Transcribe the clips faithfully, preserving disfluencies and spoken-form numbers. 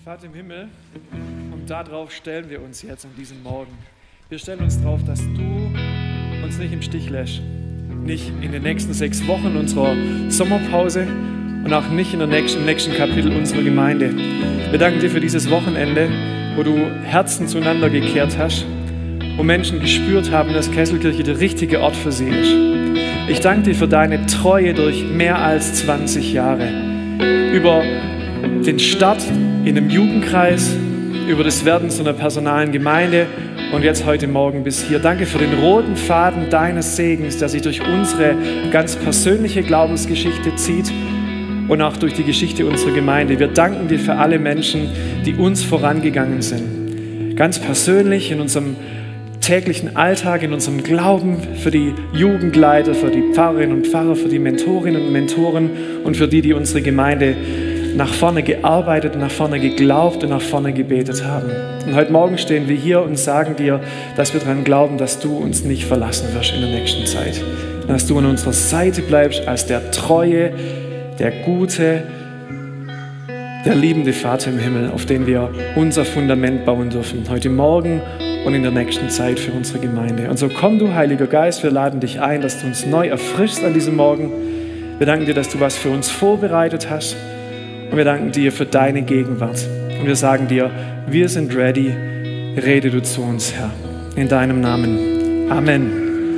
Vater im Himmel, und darauf stellen wir uns jetzt an diesem Morgen. Wir stellen uns darauf, dass du uns nicht im Stich lässt. Nicht in den nächsten sechs Wochen unserer Sommerpause und auch nicht in der nächsten, im nächsten Kapitel unserer Gemeinde. Wir danken dir für dieses Wochenende, wo du Herzen zueinander gekehrt hast, wo Menschen gespürt haben, dass Kesselkirche der richtige Ort für sie ist. Ich danke dir für deine Treue durch mehr als zwanzig Jahre. Über den Start in einem Jugendkreis, über das Werden zu einer personalen Gemeinde und jetzt heute Morgen bis hier. Danke für den roten Faden deines Segens, der sich durch unsere ganz persönliche Glaubensgeschichte zieht und auch durch die Geschichte unserer Gemeinde. Wir danken dir für alle Menschen, die uns vorangegangen sind. Ganz persönlich in unserem täglichen Alltag, in unserem Glauben, für die Jugendleiter, für die Pfarrerinnen und Pfarrer, für die Mentorinnen und Mentoren und für die, die unsere Gemeinde nach vorne gearbeitet, nach vorne geglaubt und nach vorne gebetet haben. Und heute Morgen stehen wir hier und sagen dir, dass wir daran glauben, dass du uns nicht verlassen wirst in der nächsten Zeit. Und dass du an unserer Seite bleibst als der treue, der gute, der liebende Vater im Himmel, auf den wir unser Fundament bauen dürfen. Heute Morgen und in der nächsten Zeit für unsere Gemeinde. Und so komm du, Heiliger Geist, wir laden dich ein, dass du uns neu erfrischst an diesem Morgen. Wir danken dir, dass du was für uns vorbereitet hast. Und wir danken dir für deine Gegenwart. Und wir sagen dir, wir sind ready. Rede du zu uns, Herr. In deinem Namen. Amen.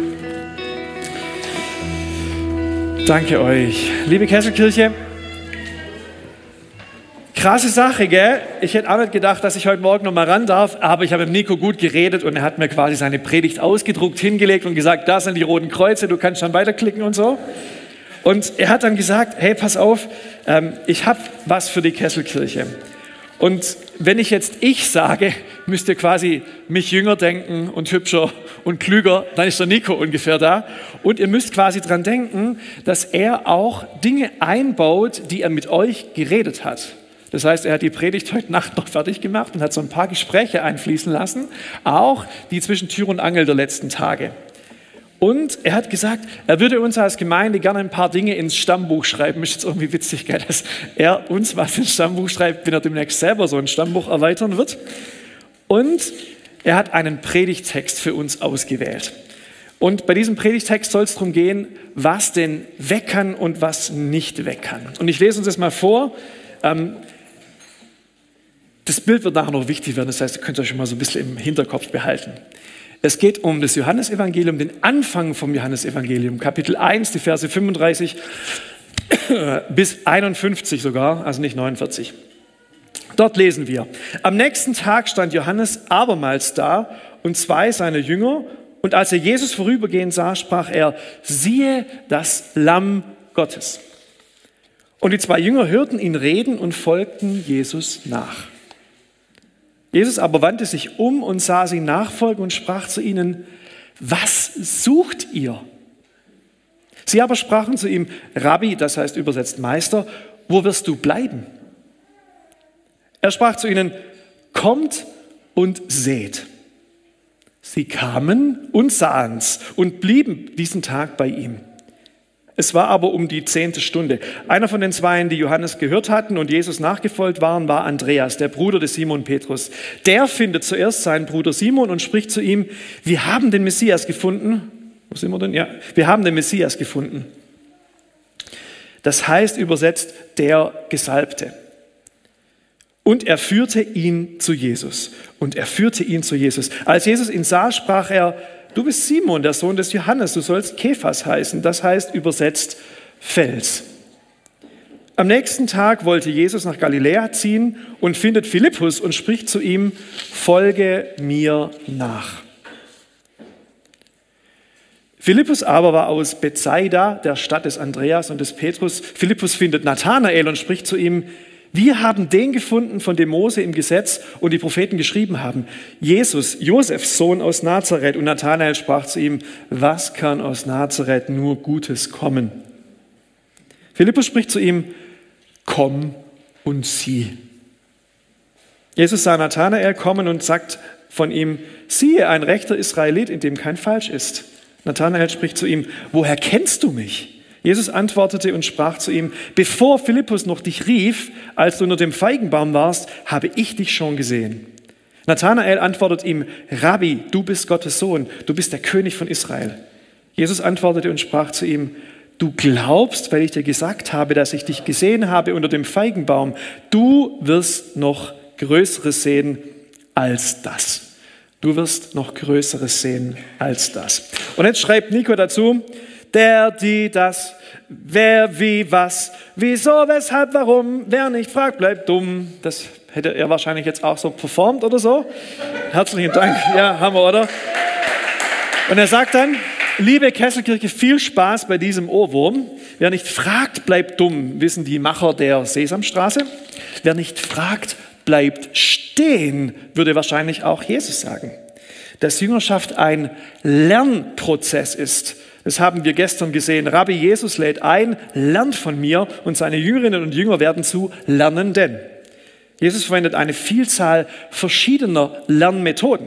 Danke euch. Liebe Kesselkirche, krasse Sache, gell? Ich hätte auch nicht gedacht, dass ich heute Morgen noch mal ran darf, aber ich habe mit Nico gut geredet und er hat mir quasi seine Predigt ausgedruckt, hingelegt und gesagt, da sind die roten Kreuze, du kannst dann weiterklicken und so. Und er hat dann gesagt, hey, pass auf, ähm, ich habe was für die Kesselkirche. Und wenn ich jetzt ich sage, müsst ihr quasi mich jünger denken und hübscher und klüger, dann ist der Nico ungefähr da. Und ihr müsst quasi dran denken, dass er auch Dinge einbaut, die er mit euch geredet hat. Das heißt, er hat die Predigt heute Nacht noch fertig gemacht und hat so ein paar Gespräche einfließen lassen, auch die zwischen Tür und Angel der letzten Tage. Und er hat gesagt, er würde uns als Gemeinde gerne ein paar Dinge ins Stammbuch schreiben. Ist jetzt irgendwie witzig, gell, dass er uns was ins Stammbuch schreibt, wenn er demnächst selber so ein Stammbuch erweitern wird. Und er hat einen Predigttext für uns ausgewählt. Und bei diesem Predigttext soll es darum gehen, was denn weg kann und was nicht weg kann. Und ich lese uns das mal vor. Das Bild wird nachher noch wichtig werden, das heißt, ihr könnt euch schon mal so ein bisschen im Hinterkopf behalten. Es geht um das Johannesevangelium, den Anfang vom Johannesevangelium, Kapitel eins, die Verse fünfunddreißig bis einundfünfzig sogar, also nicht neunundvierzig. Dort lesen wir: Am nächsten Tag stand Johannes abermals da und zwei seiner Jünger, und als er Jesus vorübergehen sah, sprach er: Siehe das Lamm Gottes. Und die zwei Jünger hörten ihn reden und folgten Jesus nach. Jesus aber wandte sich um und sah sie nachfolgen und sprach zu ihnen: Was sucht ihr? Sie aber sprachen zu ihm: Rabbi, das heißt übersetzt Meister, wo wirst du bleiben? Er sprach zu ihnen: Kommt und seht. Sie kamen und sahen's und blieben diesen Tag bei ihm. Es war aber um die zehnte Stunde. Einer von den Zweien, die Johannes gehört hatten und Jesus nachgefolgt waren, war Andreas, der Bruder des Simon Petrus. Der findet zuerst seinen Bruder Simon und spricht zu ihm: Wir haben den Messias gefunden. Wo sind wir denn? Ja, wir haben den Messias gefunden. Das heißt übersetzt der Gesalbte. Und er führte ihn zu Jesus. Und er führte ihn zu Jesus. Als Jesus ihn sah, sprach er: Du bist Simon, der Sohn des Johannes, du sollst Kephas heißen, das heißt übersetzt Fels. Am nächsten Tag wollte Jesus nach Galiläa ziehen und findet Philippus und spricht zu ihm: Folge mir nach. Philippus aber war aus Bethsaida, der Stadt des Andreas und des Petrus. Philippus findet Nathanael und spricht zu ihm: Wir haben den gefunden, von dem Mose im Gesetz und die Propheten geschrieben haben, Jesus, Josefs Sohn aus Nazareth. Und Nathanael sprach zu ihm: Was kann aus Nazareth nur Gutes kommen? Philippus spricht zu ihm: Komm und sieh. Jesus sah Nathanael kommen und sagt von ihm: Siehe, ein rechter Israelit, in dem kein Falsch ist. Nathanael spricht zu ihm: Woher kennst du mich? Jesus antwortete und sprach zu ihm, bevor Philippus noch dich rief, als du unter dem Feigenbaum warst, habe ich dich schon gesehen. Nathanael antwortet ihm, Rabbi, du bist Gottes Sohn, du bist der König von Israel. Jesus antwortete und sprach zu ihm, du glaubst, weil ich dir gesagt habe, dass ich dich gesehen habe unter dem Feigenbaum, du wirst noch Größeres sehen als das. Du wirst noch Größeres sehen als das. Und jetzt schreibt Nico dazu, der, die, das, wer, wie, was, wieso, weshalb, warum, wer nicht fragt, bleibt dumm. Das hätte er wahrscheinlich jetzt auch so performt oder so. Herzlichen Dank. Ja, Hammer, oder? Und er sagt dann, liebe Kesselkirche, viel Spaß bei diesem Ohrwurm. Wer nicht fragt, bleibt dumm, wissen die Macher der Sesamstraße. Wer nicht fragt, bleibt stehen, würde wahrscheinlich auch Jesus sagen. Dass Jüngerschaft ein Lernprozess ist. Das haben wir gestern gesehen. Rabbi Jesus lädt ein, lernt von mir und seine Jüngerinnen und Jünger werden zu Lernenden. Jesus verwendet eine Vielzahl verschiedener Lernmethoden.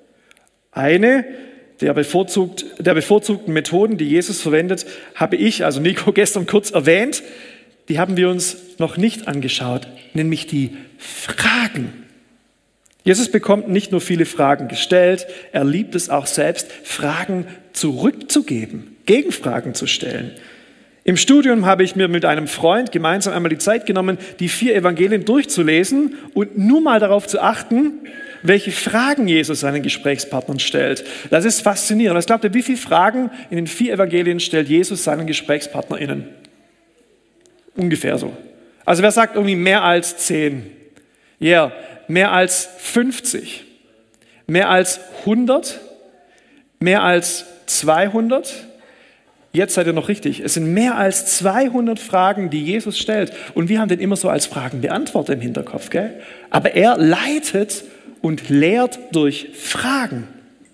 Eine der, bevorzugt, der bevorzugten Methoden, die Jesus verwendet, habe ich, also Nico, gestern kurz erwähnt. Die haben wir uns noch nicht angeschaut, nämlich die Fragen. Jesus bekommt nicht nur viele Fragen gestellt, er liebt es auch selbst, Fragen zurückzugeben, Gegenfragen zu stellen. Im Studium habe ich mir mit einem Freund gemeinsam einmal die Zeit genommen, die vier Evangelien durchzulesen und nur mal darauf zu achten, welche Fragen Jesus seinen Gesprächspartnern stellt. Das ist faszinierend. Was glaubt ihr, wie viele Fragen in den vier Evangelien stellt Jesus seinen GesprächspartnerInnen? Ungefähr so. Also wer sagt irgendwie mehr als zehn? Ja, yeah. Mehr als fünfzig? Mehr als hundert? Mehr als zweihundert? Jetzt seid ihr noch richtig. Es sind mehr als zweihundert Fragen, die Jesus stellt. Und wir haben den immer so als Fragenbeantworter im Hinterkopf, gell? Aber er leitet und lehrt durch Fragen.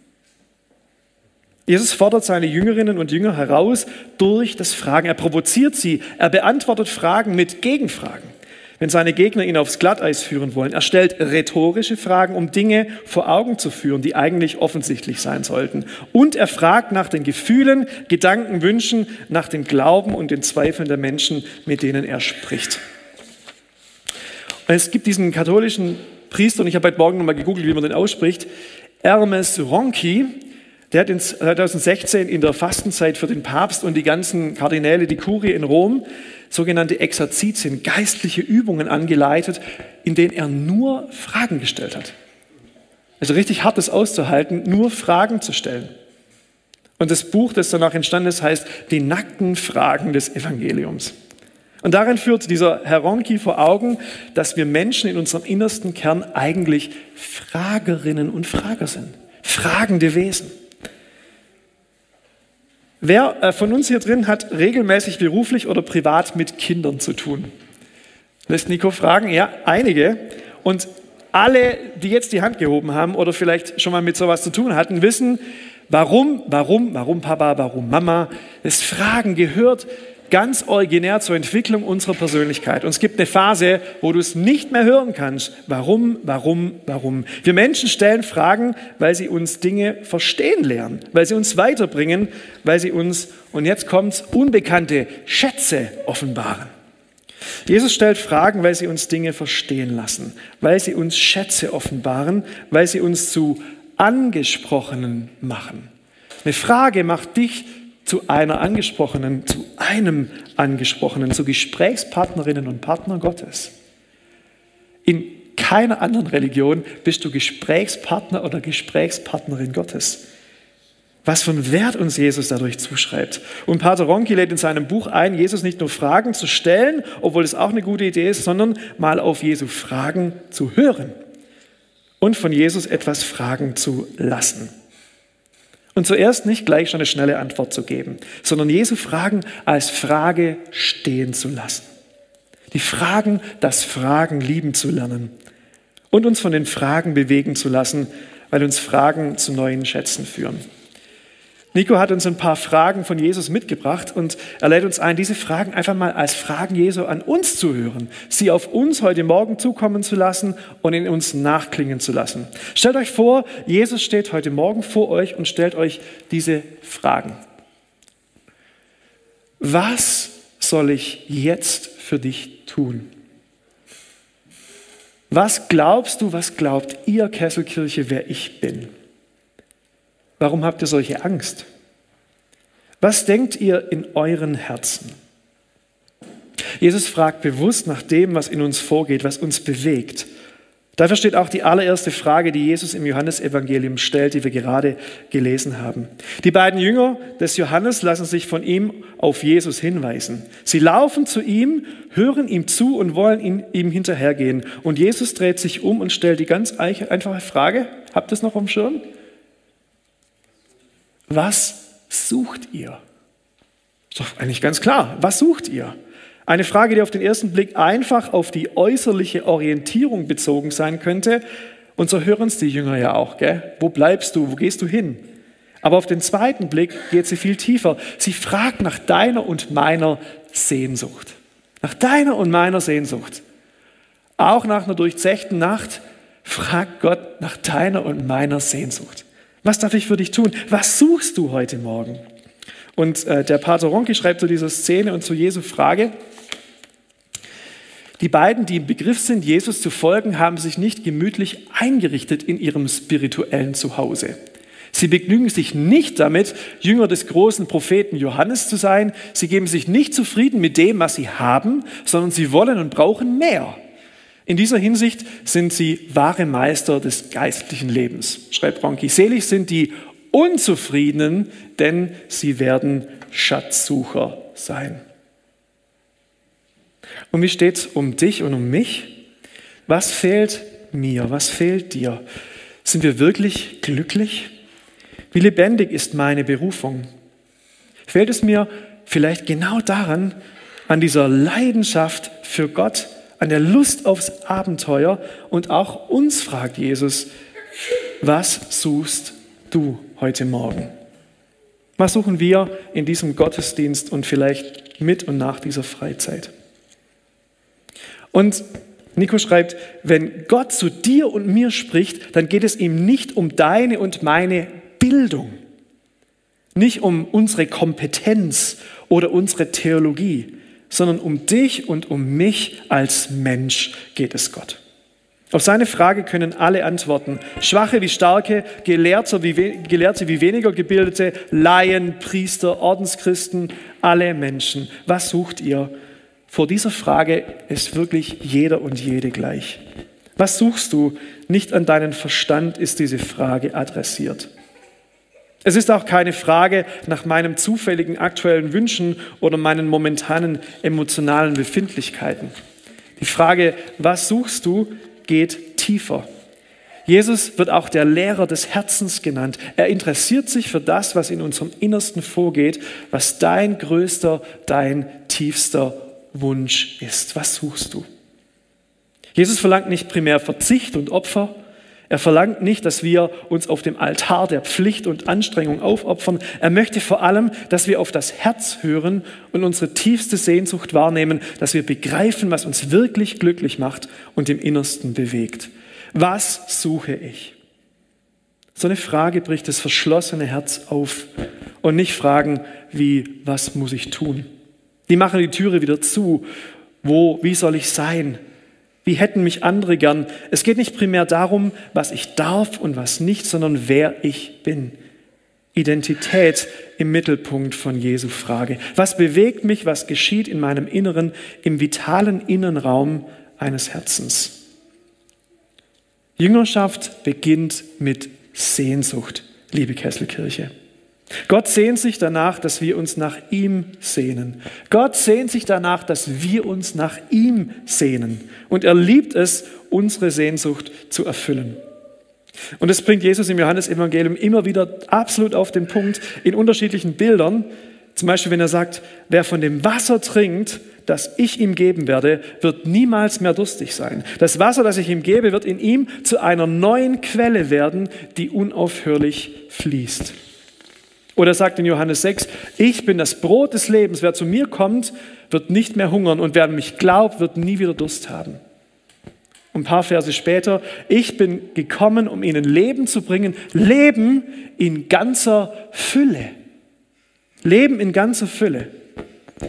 Jesus fordert seine Jüngerinnen und Jünger heraus durch das Fragen. Er provoziert sie. Er beantwortet Fragen mit Gegenfragen. Wenn seine Gegner ihn aufs Glatteis führen wollen. Er stellt rhetorische Fragen, um Dinge vor Augen zu führen, die eigentlich offensichtlich sein sollten. Und er fragt nach den Gefühlen, Gedanken, Wünschen, nach dem Glauben und den Zweifeln der Menschen, mit denen er spricht. Und es gibt diesen katholischen Priester, und ich habe heute Morgen nochmal gegoogelt, wie man den ausspricht, Hermes Ronchi, der hat in zweitausendsechzehn in der Fastenzeit für den Papst und die ganzen Kardinäle, die Kurie in Rom, sogenannte Exerzitien, geistliche Übungen angeleitet, in denen er nur Fragen gestellt hat. Also richtig hartes auszuhalten, nur Fragen zu stellen. Und das Buch, das danach entstanden ist, heißt Die nackten Fragen des Evangeliums. Und darin führt dieser Herr Ronchi vor Augen, dass wir Menschen in unserem innersten Kern eigentlich Fragerinnen und Frager sind. Fragende Wesen. Wer von uns hier drin hat regelmäßig beruflich oder privat mit Kindern zu tun? Lässt Nico fragen? Ja, einige. Und alle, die jetzt die Hand gehoben haben oder vielleicht schon mal mit sowas zu tun hatten, wissen, warum, warum, warum Papa, warum Mama. Das Fragen gehört ganz originär zur Entwicklung unserer Persönlichkeit. Und es gibt eine Phase, wo du es nicht mehr hören kannst. Warum, warum, warum? Wir Menschen stellen Fragen, weil sie uns Dinge verstehen lernen, weil sie uns weiterbringen, weil sie uns, und jetzt kommt's, unbekannte Schätze offenbaren. Jesus stellt Fragen, weil sie uns Dinge verstehen lassen, weil sie uns Schätze offenbaren, weil sie uns zu Angesprochenen machen. Eine Frage macht dich zu einer Angesprochenen, zu einem Angesprochenen, zu Gesprächspartnerinnen und Partnern Gottes. In keiner anderen Religion bist du Gesprächspartner oder Gesprächspartnerin Gottes. Was für einen Wert uns Jesus dadurch zuschreibt. Und Pater Ronchi lädt in seinem Buch ein, Jesus nicht nur Fragen zu stellen, obwohl es auch eine gute Idee ist, sondern mal auf Jesu Fragen zu hören und von Jesus etwas fragen zu lassen. Und zuerst nicht gleich schon eine schnelle Antwort zu geben, sondern Jesu Fragen als Frage stehen zu lassen. Die Fragen, das Fragen lieben zu lernen und uns von den Fragen bewegen zu lassen, weil uns Fragen zu neuen Schätzen führen. Nico hat uns ein paar Fragen von Jesus mitgebracht und er lädt uns ein, diese Fragen einfach mal als Fragen Jesu an uns zu hören, sie auf uns heute Morgen zukommen zu lassen und in uns nachklingen zu lassen. Stellt euch vor, Jesus steht heute Morgen vor euch und stellt euch diese Fragen. was soll ich jetzt für dich tun? Was glaubst du, was glaubt ihr, Kesselkirche, wer ich bin? Warum habt ihr solche Angst? Was denkt ihr in euren Herzen? Jesus fragt bewusst nach dem, was in uns vorgeht, was uns bewegt. Dafür steht auch die allererste Frage, die Jesus im Johannesevangelium stellt, die wir gerade gelesen haben. Die beiden Jünger des Johannes lassen sich von ihm auf Jesus hinweisen. Sie laufen zu ihm, hören ihm zu und wollen ihn, ihm hinterhergehen. Und Jesus dreht sich um und stellt die ganz einfache Frage, habt ihr es noch am Schirm? Was sucht ihr? Ist doch eigentlich ganz klar, was sucht ihr? Eine Frage, die auf den ersten Blick einfach auf die äußerliche Orientierung bezogen sein könnte. Und so hören es die Jünger ja auch. Gell? Wo bleibst du? Wo gehst du hin? Aber auf den zweiten Blick geht sie viel tiefer. Sie fragt nach deiner und meiner Sehnsucht. Nach deiner und meiner Sehnsucht. Auch nach einer durchzechten Nacht fragt Gott nach deiner und meiner Sehnsucht. Was darf ich für dich tun? Was suchst du heute Morgen? Und äh, der Pater Ronki schreibt zu dieser Szene und zu Jesu Frage: Die beiden, die im Begriff sind, Jesus zu folgen, haben sich nicht gemütlich eingerichtet in ihrem spirituellen Zuhause. Sie begnügen sich nicht damit, Jünger des großen Propheten Johannes zu sein. Sie geben sich nicht zufrieden mit dem, was sie haben, sondern sie wollen und brauchen mehr. In dieser Hinsicht sind sie wahre Meister des geistlichen Lebens, schreibt Ronki. Selig sind die Unzufriedenen, denn sie werden Schatzsucher sein. Und wie steht es um dich und um mich? Was fehlt mir? Was fehlt dir? Sind wir wirklich glücklich? Wie lebendig ist meine Berufung? Fehlt es mir vielleicht genau daran, an dieser Leidenschaft für Gott, an der Lust aufs Abenteuer? Und auch uns fragt Jesus, was suchst du heute Morgen? Was suchen wir in diesem Gottesdienst und vielleicht mit und nach dieser Freizeit? Und Nico schreibt, wenn Gott zu dir und mir spricht, dann geht es ihm nicht um deine und meine Bildung, nicht um unsere Kompetenz oder unsere Theologie, sondern um dich und um mich als Mensch geht es Gott. Auf seine Frage können alle antworten. Schwache wie Starke, Gelehrte wie, Gelehrte wie weniger Gebildete, Laien, Priester, Ordenschristen, alle Menschen. Was sucht ihr? Vor dieser Frage ist wirklich jeder und jede gleich. Was suchst du? Nicht an deinen Verstand ist diese Frage adressiert. Es ist auch keine Frage nach meinen zufälligen aktuellen Wünschen oder meinen momentanen emotionalen Befindlichkeiten. Die Frage, was suchst du, geht tiefer. Jesus wird auch der Lehrer des Herzens genannt. Er interessiert sich für das, was in unserem Innersten vorgeht, was dein größter, dein tiefster Wunsch ist. Was suchst du? Jesus verlangt nicht primär Verzicht und Opfer. Er verlangt nicht, dass wir uns auf dem Altar der Pflicht und Anstrengung aufopfern. Er möchte vor allem, dass wir auf das Herz hören und unsere tiefste Sehnsucht wahrnehmen, dass wir begreifen, was uns wirklich glücklich macht und im Innersten bewegt. Was suche ich? So eine Frage bricht das verschlossene Herz auf und nicht Fragen wie, was muss ich tun? Die machen die Türe wieder zu. Wo, wie soll ich sein? Wie hätten mich andere gern? Es geht nicht primär darum, was ich darf und was nicht, sondern wer ich bin. Identität im Mittelpunkt von Jesu Frage. Was bewegt mich, was geschieht in meinem Inneren, im vitalen Innenraum eines Herzens? Jüngerschaft beginnt mit Sehnsucht, liebe Kesselkirche. Gott sehnt sich danach, dass wir uns nach ihm sehnen. Gott sehnt sich danach, dass wir uns nach ihm sehnen. Und er liebt es, unsere Sehnsucht zu erfüllen. Und das bringt Jesus im Johannesevangelium immer wieder absolut auf den Punkt in unterschiedlichen Bildern. Zum Beispiel, wenn er sagt, wer von dem Wasser trinkt, das ich ihm geben werde, wird niemals mehr durstig sein. Das Wasser, das ich ihm gebe, wird in ihm zu einer neuen Quelle werden, die unaufhörlich fließt. Oder er sagt in Johannes sechs, ich bin das Brot des Lebens. Wer zu mir kommt, wird nicht mehr hungern und wer an mich glaubt, wird nie wieder Durst haben. Und ein paar Verse später, ich bin gekommen, um ihnen Leben zu bringen. Leben in ganzer Fülle. Leben in ganzer Fülle.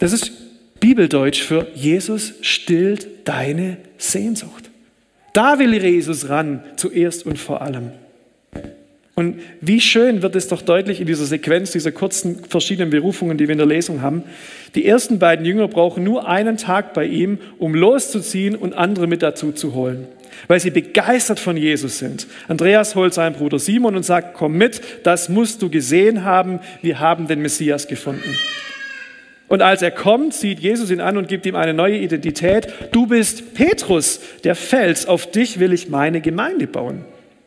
Das ist Bibeldeutsch für Jesus stillt deine Sehnsucht. Da will Jesus ran, zuerst und vor allem. Und wie schön wird es doch deutlich in dieser Sequenz, dieser kurzen verschiedenen Berufungen, die wir in der Lesung haben. Die ersten beiden Jünger brauchen nur einen Tag bei ihm, um loszuziehen und andere mit dazu zu holen, weil sie begeistert von Jesus sind. Andreas holt seinen Bruder Simon und sagt, komm mit, das musst du gesehen haben, wir haben den Messias gefunden. Und als er kommt, sieht Jesus ihn an und gibt ihm eine neue Identität. Du bist Petrus, der Fels, auf dich will ich meine Gemeinde bauen.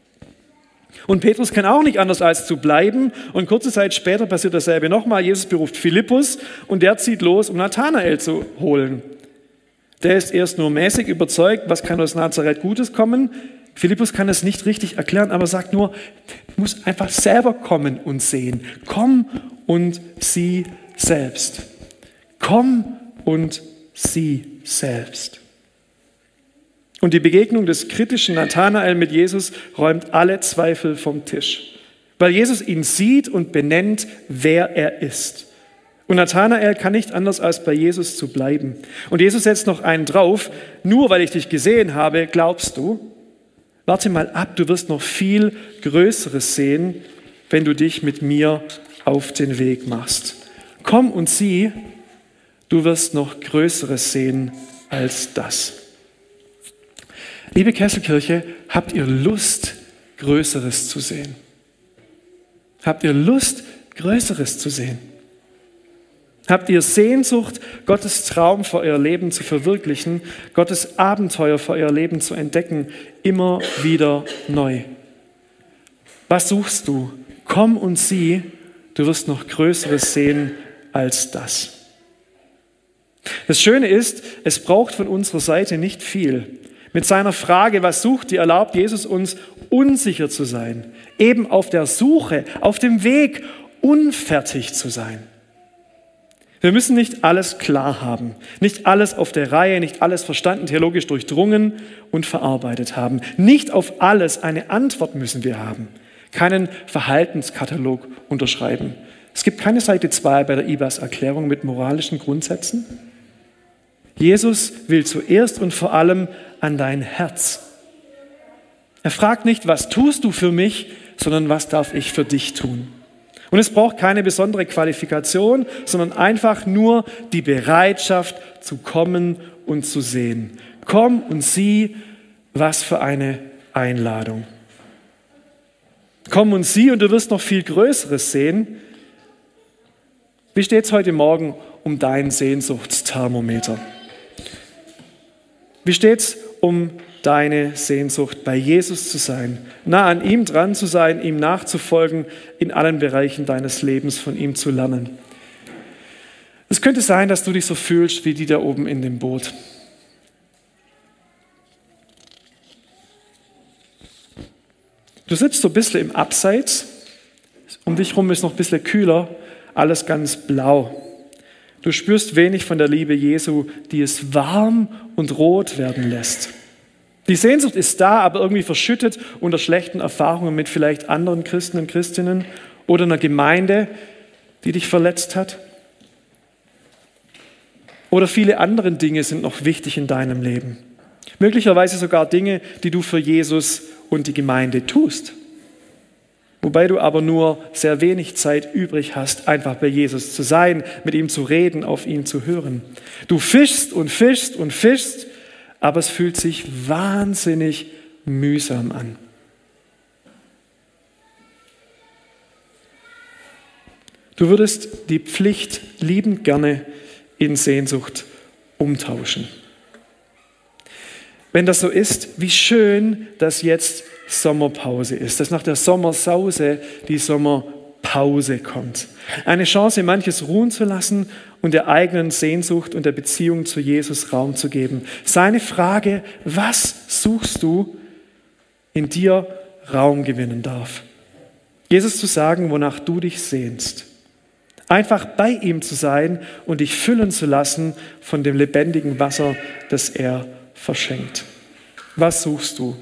Und Petrus kann auch nicht anders als zu bleiben. Und kurze Zeit später passiert dasselbe nochmal. Jesus beruft Philippus und der zieht los, um Nathanael zu holen. Der ist erst nur mäßig überzeugt, was kann aus Nazareth Gutes kommen. Philippus kann es nicht richtig erklären, aber sagt nur, du musst einfach selber kommen und sehen. Komm und sieh selbst. Komm und sieh selbst. Und die Begegnung des kritischen Nathanael mit Jesus räumt alle Zweifel vom Tisch, weil Jesus ihn sieht und benennt, wer er ist. Und Nathanael kann nicht anders, als bei Jesus zu bleiben. Und Jesus setzt noch einen drauf, nur weil ich dich gesehen habe, glaubst du? Warte mal ab, du wirst noch viel Größeres sehen, wenn du dich mit mir auf den Weg machst. Komm und sieh, du wirst noch Größeres sehen als das. Liebe Kesselkirche, habt ihr Lust, Größeres zu sehen? Habt ihr Lust, Größeres zu sehen? Habt ihr Sehnsucht, Gottes Traum für euer Leben zu verwirklichen, Gottes Abenteuer für euer Leben zu entdecken, immer wieder neu? Was suchst du? Komm und sieh, du wirst noch Größeres sehen als das. Das Schöne ist, es braucht von unserer Seite nicht viel. Mit seiner Frage, was sucht ihr, erlaubt Jesus uns, unsicher zu sein, eben auf der Suche, auf dem Weg, unfertig zu sein. Wir müssen nicht alles klar haben, nicht alles auf der Reihe, nicht alles verstanden, theologisch durchdrungen und verarbeitet haben. Nicht auf alles eine Antwort müssen wir haben, keinen Verhaltenskatalog unterschreiben. Es gibt keine Seite zwei bei der I B A S-Erklärung mit moralischen Grundsätzen. Jesus will zuerst und vor allem an dein Herz. Er fragt nicht, was tust du für mich, sondern was darf ich für dich tun? Und es braucht keine besondere Qualifikation, sondern einfach nur die Bereitschaft zu kommen und zu sehen. Komm und sieh, was für eine Einladung. Komm und sieh und du wirst noch viel Größeres sehen. Wie steht es heute Morgen um dein Sehnsuchtsthermometer? Wie steht es um deine Sehnsucht, bei Jesus zu sein, nah an ihm dran zu sein, ihm nachzufolgen, in allen Bereichen deines Lebens von ihm zu lernen? Es könnte sein, dass du dich so fühlst wie die da oben in dem Boot. Du sitzt so ein bisschen im Abseits, um dich herum ist noch ein bisschen kühler, alles ganz blau. Du spürst wenig von der Liebe Jesu, die es warm und rot werden lässt. Die Sehnsucht ist da, aber irgendwie verschüttet unter schlechten Erfahrungen mit vielleicht anderen Christen und Christinnen oder einer Gemeinde, die dich verletzt hat. Oder viele andere Dinge sind noch wichtig in deinem Leben. Möglicherweise sogar Dinge, die du für Jesus und die Gemeinde tust. Wobei du aber nur sehr wenig Zeit übrig hast, einfach bei Jesus zu sein, mit ihm zu reden, auf ihn zu hören. Du fischst und fischst und fischst, aber es fühlt sich wahnsinnig mühsam an. Du würdest die Pflicht liebend gerne in Sehnsucht umtauschen. Wenn das so ist, wie schön, dass jetzt Sommerpause ist, dass nach der Sommersause die Sommerpause kommt. Eine Chance, manches ruhen zu lassen und der eigenen Sehnsucht und der Beziehung zu Jesus Raum zu geben. Seine Frage, was suchst du, in dir Raum gewinnen darf. Jesus zu sagen, wonach du dich sehnst. Einfach bei ihm zu sein und dich füllen zu lassen von dem lebendigen Wasser, das er verschenkt. Was suchst du?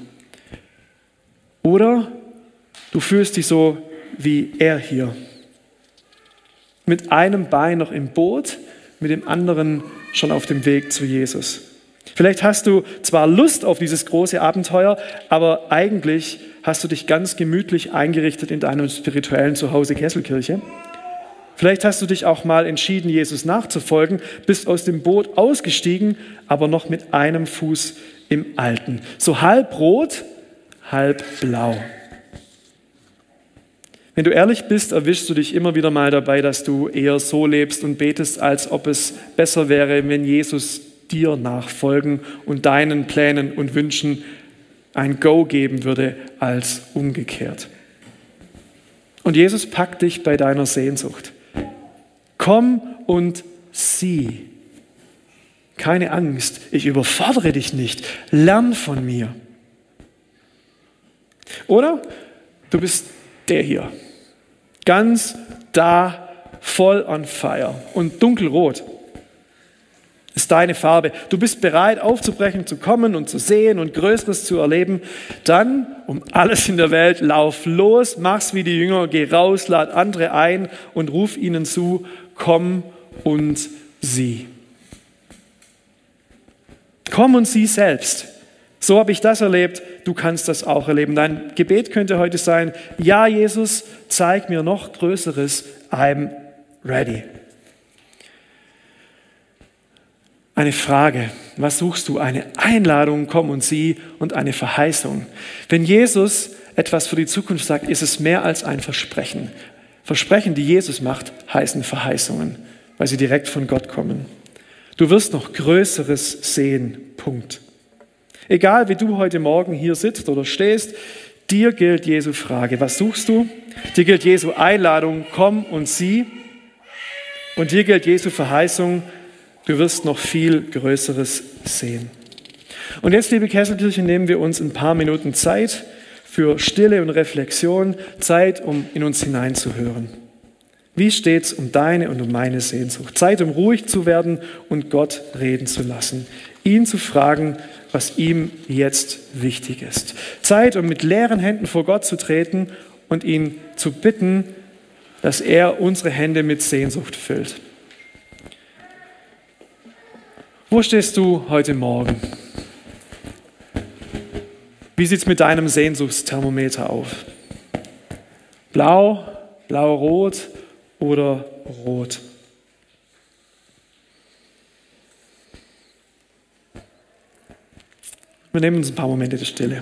Oder du fühlst dich so wie er hier. Mit einem Bein noch im Boot, mit dem anderen schon auf dem Weg zu Jesus. Vielleicht hast du zwar Lust auf dieses große Abenteuer, aber eigentlich hast du dich ganz gemütlich eingerichtet in deinem spirituellen Zuhause Kesselkirche. Vielleicht hast du dich auch mal entschieden, Jesus nachzufolgen, bist aus dem Boot ausgestiegen, aber noch mit einem Fuß im Alten. So halb rot, halb blau. Wenn du ehrlich bist, erwischst du dich immer wieder mal dabei, dass du eher so lebst und betest, als ob es besser wäre, wenn Jesus dir nachfolgen und deinen Plänen und Wünschen ein Go geben würde, als umgekehrt. Und Jesus packt dich bei deiner Sehnsucht. Komm und sieh. Keine Angst, ich überfordere dich nicht. Lern von mir. Oder du bist der hier. Ganz da, voll on fire und dunkelrot ist deine Farbe. Du bist bereit, aufzubrechen, zu kommen und zu sehen und Größeres zu erleben. Dann, um alles in der Welt, lauf los, mach's wie die Jünger, geh raus, lad andere ein und ruf ihnen zu, komm und sieh. Komm und sieh selbst. So habe ich das erlebt, du kannst das auch erleben. Dein Gebet könnte heute sein, ja Jesus, zeig mir noch Größeres, I'm ready. Eine Frage, was suchst du? Eine Einladung, komm und sieh, und eine Verheißung. Wenn Jesus etwas für die Zukunft sagt, ist es mehr als ein Versprechen. Versprechen, die Jesus macht, heißen Verheißungen, weil sie direkt von Gott kommen. Du wirst noch Größeres sehen, Punkt. Egal, wie du heute Morgen hier sitzt oder stehst, dir gilt Jesu Frage. Was suchst du? Dir gilt Jesu Einladung, komm und sieh. Und dir gilt Jesu Verheißung, du wirst noch viel Größeres sehen. Und jetzt, liebe Kesselkirche, nehmen wir uns ein paar Minuten Zeit für Stille und Reflexion, Zeit, um in uns hineinzuhören. Wie steht's um deine und um meine Sehnsucht? Zeit, um ruhig zu werden und Gott reden zu lassen. Ihn zu fragen, was ihm jetzt wichtig ist. Zeit, um mit leeren Händen vor Gott zu treten und ihn zu bitten, dass er unsere Hände mit Sehnsucht füllt. Wo stehst du heute Morgen? Wie sieht es mit deinem Sehnsuchtsthermometer aus? Blau, blau-rot oder rot? Wir nehmen uns ein paar Momente der Stille.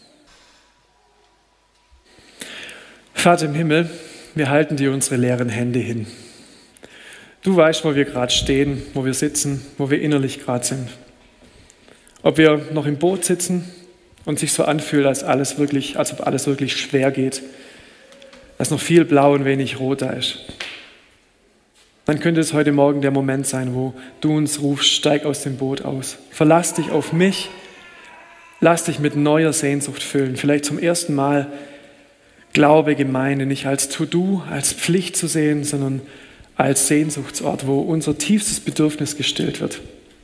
Vater im Himmel, wir halten dir unsere leeren Hände hin. Du weißt, wo wir gerade stehen, wo wir sitzen, wo wir innerlich gerade sind. Ob wir noch im Boot sitzen und sich so anfühlt, als, alles wirklich, als ob alles wirklich schwer geht, dass noch viel Blau und wenig Rot da ist. Dann könnte es heute Morgen der Moment sein, wo du uns rufst, steig aus dem Boot aus. Verlass dich auf mich, lass dich mit neuer Sehnsucht füllen. Vielleicht zum ersten Mal Glaube, Gemeinde nicht als To-Do, als Pflicht zu sehen, sondern als Sehnsuchtsort, wo unser tiefstes Bedürfnis gestillt wird.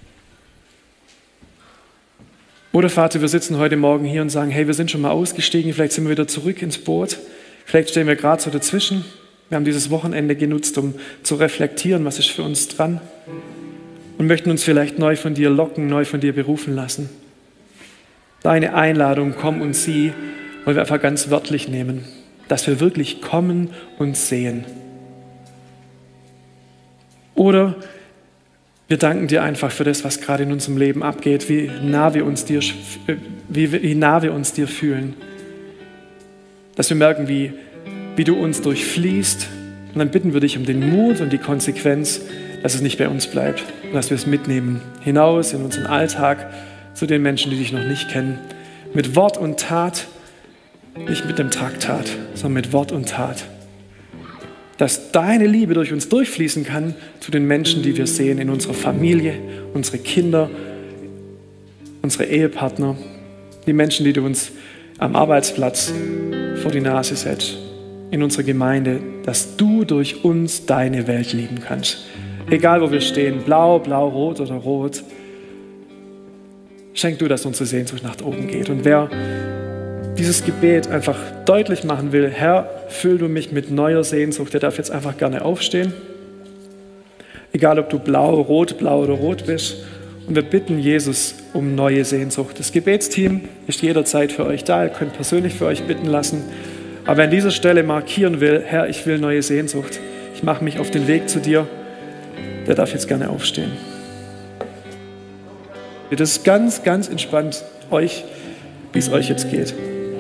Oder Vater, wir sitzen heute Morgen hier und sagen, hey, wir sind schon mal ausgestiegen, vielleicht sind wir wieder zurück ins Boot, vielleicht stehen wir gerade so dazwischen. Wir haben dieses Wochenende genutzt, um zu reflektieren, was ist für uns dran, und möchten uns vielleicht neu von dir locken, neu von dir berufen lassen. Deine Einladung, komm und sieh, wollen wir einfach ganz wörtlich nehmen, dass wir wirklich kommen und sehen. Oder wir danken dir einfach für das, was gerade in unserem Leben abgeht, wie nah wir uns dir, wie, wie nah wir uns dir fühlen. Dass wir merken, wie, wie du uns durchfließt. Und dann bitten wir dich um den Mut und die Konsequenz, dass es nicht bei uns bleibt, dass wir es mitnehmen, hinaus in unseren Alltag, zu den Menschen, die dich noch nicht kennen. Mit Wort und Tat, nicht mit dem Traktat, sondern mit Wort und Tat. Dass deine Liebe durch uns durchfließen kann zu den Menschen, die wir sehen, in unserer Familie, unsere Kinder, unsere Ehepartner, die Menschen, die du uns am Arbeitsplatz vor die Nase setzt, in unserer Gemeinde, dass du durch uns deine Welt lieben kannst. Egal, wo wir stehen, blau, blau, rot oder rot, schenk du, dass unsere Sehnsucht nach oben geht. Und wer dieses Gebet einfach deutlich machen will, Herr, füll du mich mit neuer Sehnsucht, der darf jetzt einfach gerne aufstehen. Egal, ob du blau, rot, blau oder rot bist. Und wir bitten Jesus um neue Sehnsucht. Das Gebetsteam ist jederzeit für euch da. Ihr könnt persönlich für euch bitten lassen. Aber wer an dieser Stelle markieren will, Herr, ich will neue Sehnsucht. Ich mache mich auf den Weg zu dir. Der darf jetzt gerne aufstehen. Das ist ganz, ganz entspannt euch, wie es euch jetzt geht.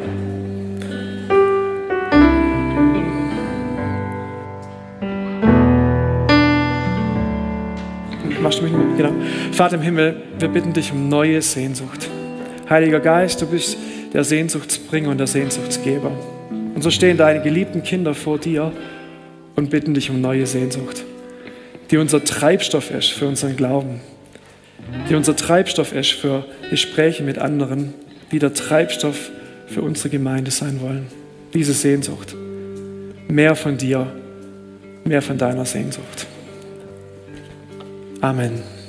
Machst du mich mit? Genau. Vater im Himmel, wir bitten dich um neue Sehnsucht. Heiliger Geist, du bist der Sehnsuchtsbringer und der Sehnsuchtsgeber. Und so stehen deine geliebten Kinder vor dir und bitten dich um neue Sehnsucht, die unser Treibstoff ist für unseren Glauben, die unser Treibstoff ist für Gespräche mit anderen, die der Treibstoff für unsere Gemeinde sein wollen. Diese Sehnsucht. Mehr von dir, mehr von deiner Sehnsucht. Amen.